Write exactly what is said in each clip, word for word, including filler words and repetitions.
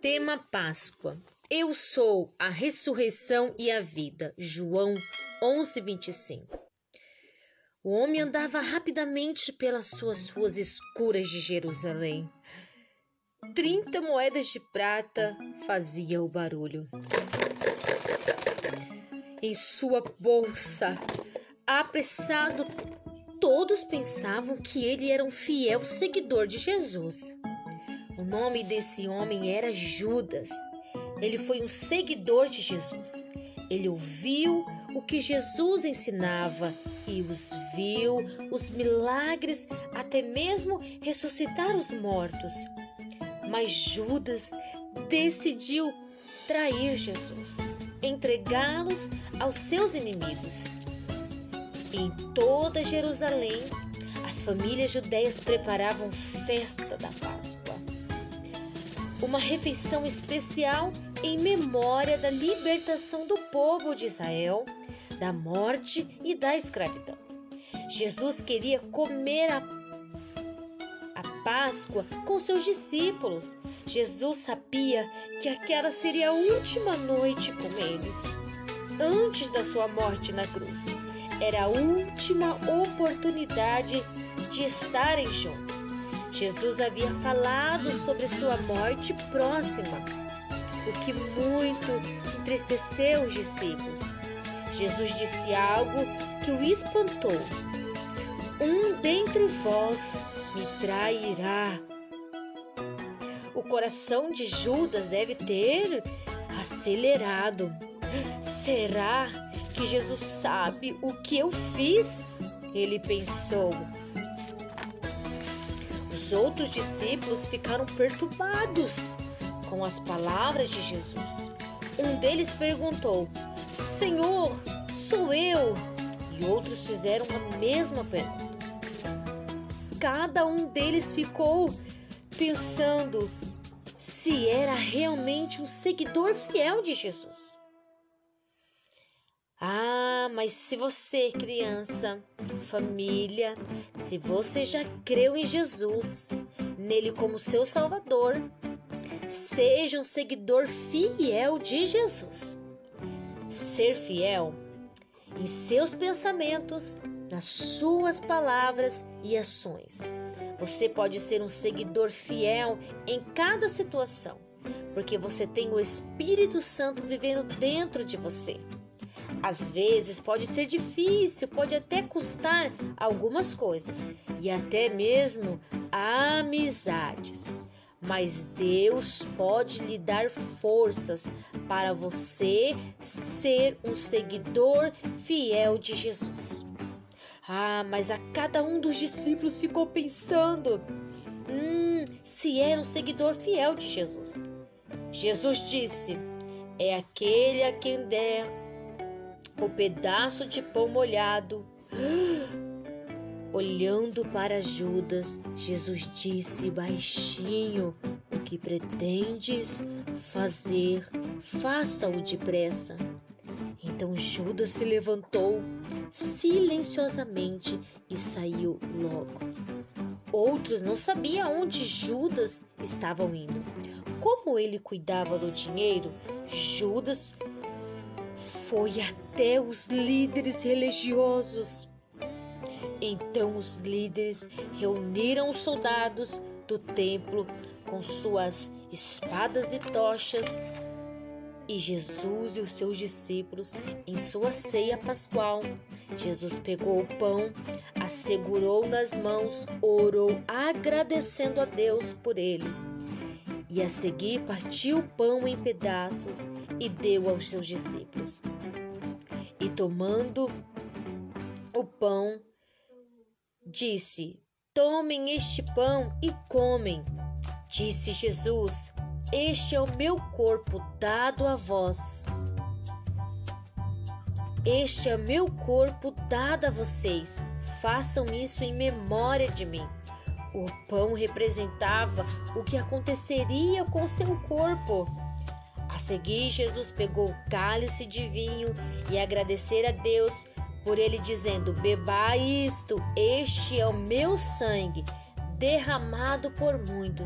Tema Páscoa. Eu sou a ressurreição e a vida. João onze, vinte e cinco. O homem andava rapidamente pelas suas ruas escuras de Jerusalém. Trinta moedas de prata faziam o barulho. Em sua bolsa, apressado, todos pensavam que ele era um fiel seguidor de Jesus. O nome desse homem era Judas. Ele foi um seguidor de Jesus. Ele ouviu o que Jesus ensinava e os viu, os milagres, até mesmo ressuscitar os mortos. Mas Judas decidiu trair Jesus, entregá-los aos seus inimigos. Em toda Jerusalém, as famílias judeias preparavam festa da Páscoa, uma refeição especial em memória da libertação do povo de Israel, da morte e da escravidão. Jesus queria comer a, a Páscoa com seus discípulos. Jesus sabia que aquela seria a última noite com eles, antes da sua morte na cruz. Era a última oportunidade de estarem juntos. Jesus havia falado sobre sua morte próxima, o que muito entristeceu os discípulos. Jesus disse algo que o espantou. Um dentre vós me trairá. O coração de Judas deve ter acelerado. Será que Jesus sabe o que eu fiz? Ele pensou. Os outros discípulos ficaram perturbados com as palavras de Jesus. Um deles perguntou: Senhor, sou eu? E outros fizeram a mesma pergunta. Cada um deles ficou pensando se era realmente um seguidor fiel de Jesus. Ah, mas se você, criança, família, se você já creu em Jesus, nele como seu Salvador, seja um seguidor fiel de Jesus. Ser fiel em seus pensamentos, nas suas palavras e ações. Você pode ser um seguidor fiel em cada situação, porque você tem o Espírito Santo vivendo dentro de você. Às vezes pode ser difícil, pode até custar algumas coisas e até mesmo amizades. Mas Deus pode lhe dar forças para você ser um seguidor fiel de Jesus. Ah, mas a cada um dos discípulos ficou pensando hum, se era um seguidor fiel de Jesus. Jesus disse: é aquele a quem der o pedaço de pão molhado. Olhando para Judas, Jesus disse baixinho: o que pretendes fazer, faça-o depressa. Então Judas se levantou silenciosamente e saiu logo. Outros não sabiam onde Judas estava indo. Como ele cuidava do dinheiro, Judas foi até os líderes religiosos. Então os líderes reuniram os soldados do templo com suas espadas e tochas, e Jesus e os seus discípulos, em sua ceia pascual, Jesus pegou o pão, assegurou nas mãos, orou agradecendo a Deus por ele, e a seguir partiu o pão em pedaços e deu aos seus discípulos. E tomando o pão, disse: tomem este pão e comem. Disse Jesus: este é o meu corpo dado a vós. Este é o meu corpo dado a vocês. Façam isso em memória de mim. O pão representava o que aconteceria com seu corpo. A seguir, Jesus pegou o cálice de vinho e agradecer a Deus por ele, dizendo: beba isto, este é o meu sangue, derramado por muitos.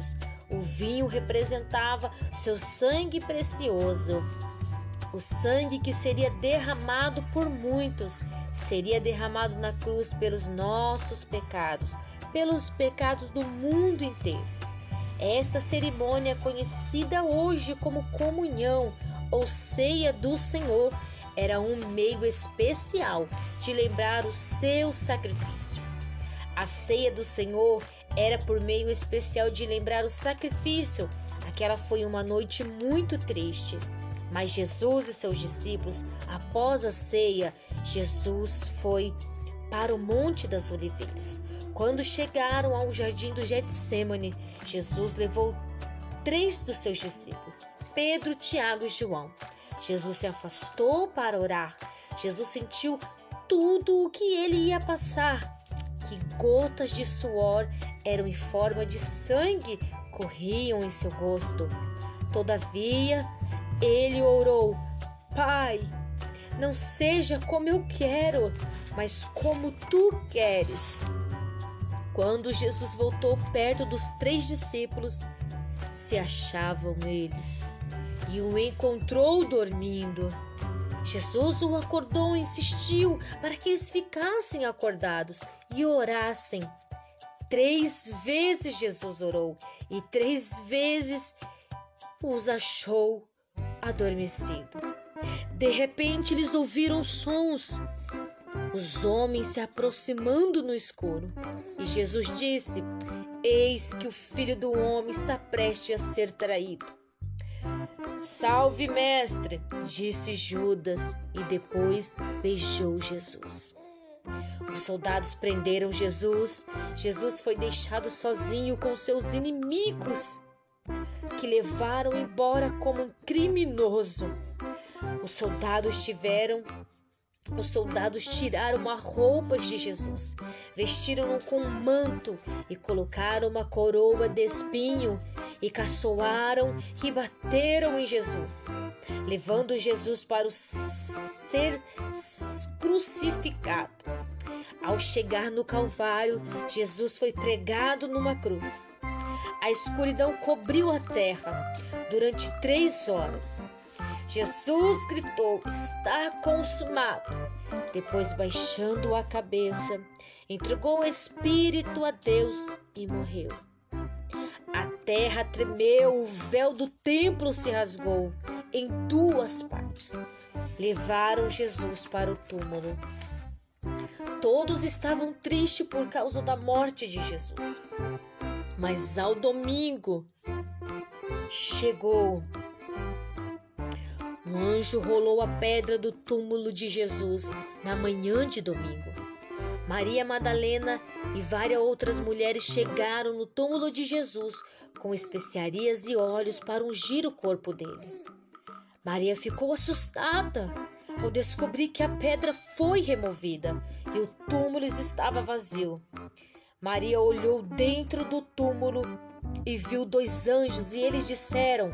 O vinho representava seu sangue precioso. O sangue que seria derramado por muitos, seria derramado na cruz pelos nossos pecados, pelos pecados do mundo inteiro. Esta cerimônia, conhecida hoje como comunhão ou ceia do Senhor, era um meio especial de lembrar o seu sacrifício. A ceia do Senhor era por meio especial de lembrar o sacrifício. Aquela foi uma noite muito triste. Mas Jesus e seus discípulos, após a ceia, Jesus foi para o Monte das Oliveiras. Quando chegaram ao jardim do Getsêmani, Jesus levou três dos seus discípulos, Pedro, Tiago e João. Jesus se afastou para orar. Jesus sentiu tudo o que ele ia passar, que gotas de suor eram em forma de sangue corriam em seu rosto. Todavia, ele orou: Pai, não seja como eu quero, mas como tu queres. Quando Jesus voltou perto dos três discípulos, se achavam eles e o encontrou dormindo. Jesus o acordou e insistiu para que eles ficassem acordados e orassem. Três vezes Jesus orou e três vezes os achou adormecido. De repente eles ouviram sons, os homens se aproximando no escuro. E Jesus disse: Eis que o Filho do Homem está prestes a ser traído. Salve, mestre, disse Judas, e depois beijou Jesus. Os soldados prenderam Jesus. Jesus foi deixado sozinho com seus inimigos, que levaram embora como um criminoso. Os soldados tiveram, os soldados tiraram as roupas de Jesus, vestiram-no com um manto e colocaram uma coroa de espinho e caçoaram e bateram em Jesus, levando Jesus para o ser crucificado. Ao chegar no Calvário, Jesus foi pregado numa cruz. A escuridão cobriu a terra durante três horas. Jesus gritou: Está consumado. Depois, baixando a cabeça, entregou o espírito a Deus e morreu. A terra tremeu, o véu do templo se rasgou em duas partes. Levaram Jesus para o túmulo. Todos estavam tristes por causa da morte de Jesus. Mas ao domingo chegou. Um anjo rolou a pedra do túmulo de Jesus na manhã de domingo. Maria Madalena e várias outras mulheres chegaram no túmulo de Jesus com especiarias e óleos para ungir o corpo dele. Maria ficou assustada ao descobrir que a pedra foi removida e o túmulo estava vazio. Maria olhou dentro do túmulo e viu dois anjos, e eles disseram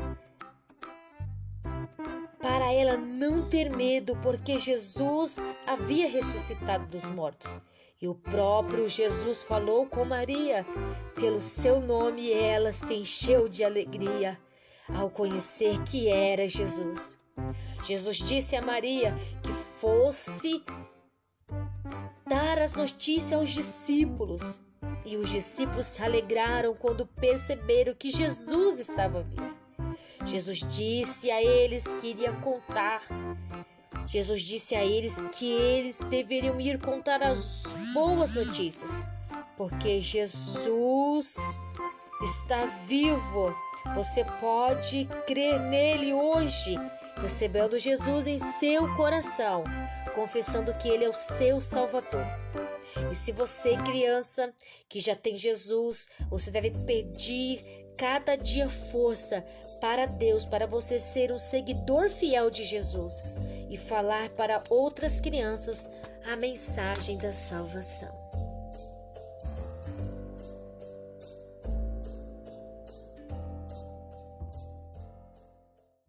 para ela não ter medo, porque Jesus havia ressuscitado dos mortos. E o próprio Jesus falou com Maria pelo seu nome, e ela se encheu de alegria ao conhecer que era Jesus. Jesus disse a Maria que fosse dar as notícias aos discípulos. E os discípulos se alegraram quando perceberam que Jesus estava vivo. Jesus disse a eles que iria contar. Jesus disse a eles que eles deveriam ir contar as boas notícias, porque Jesus está vivo. Você pode crer nele hoje, recebendo Jesus em seu coração, confessando que ele é o seu Salvador. E se você, criança, que já tem Jesus, você deve pedir cada dia força para Deus, para você ser um seguidor fiel de Jesus e falar para outras crianças a mensagem da salvação.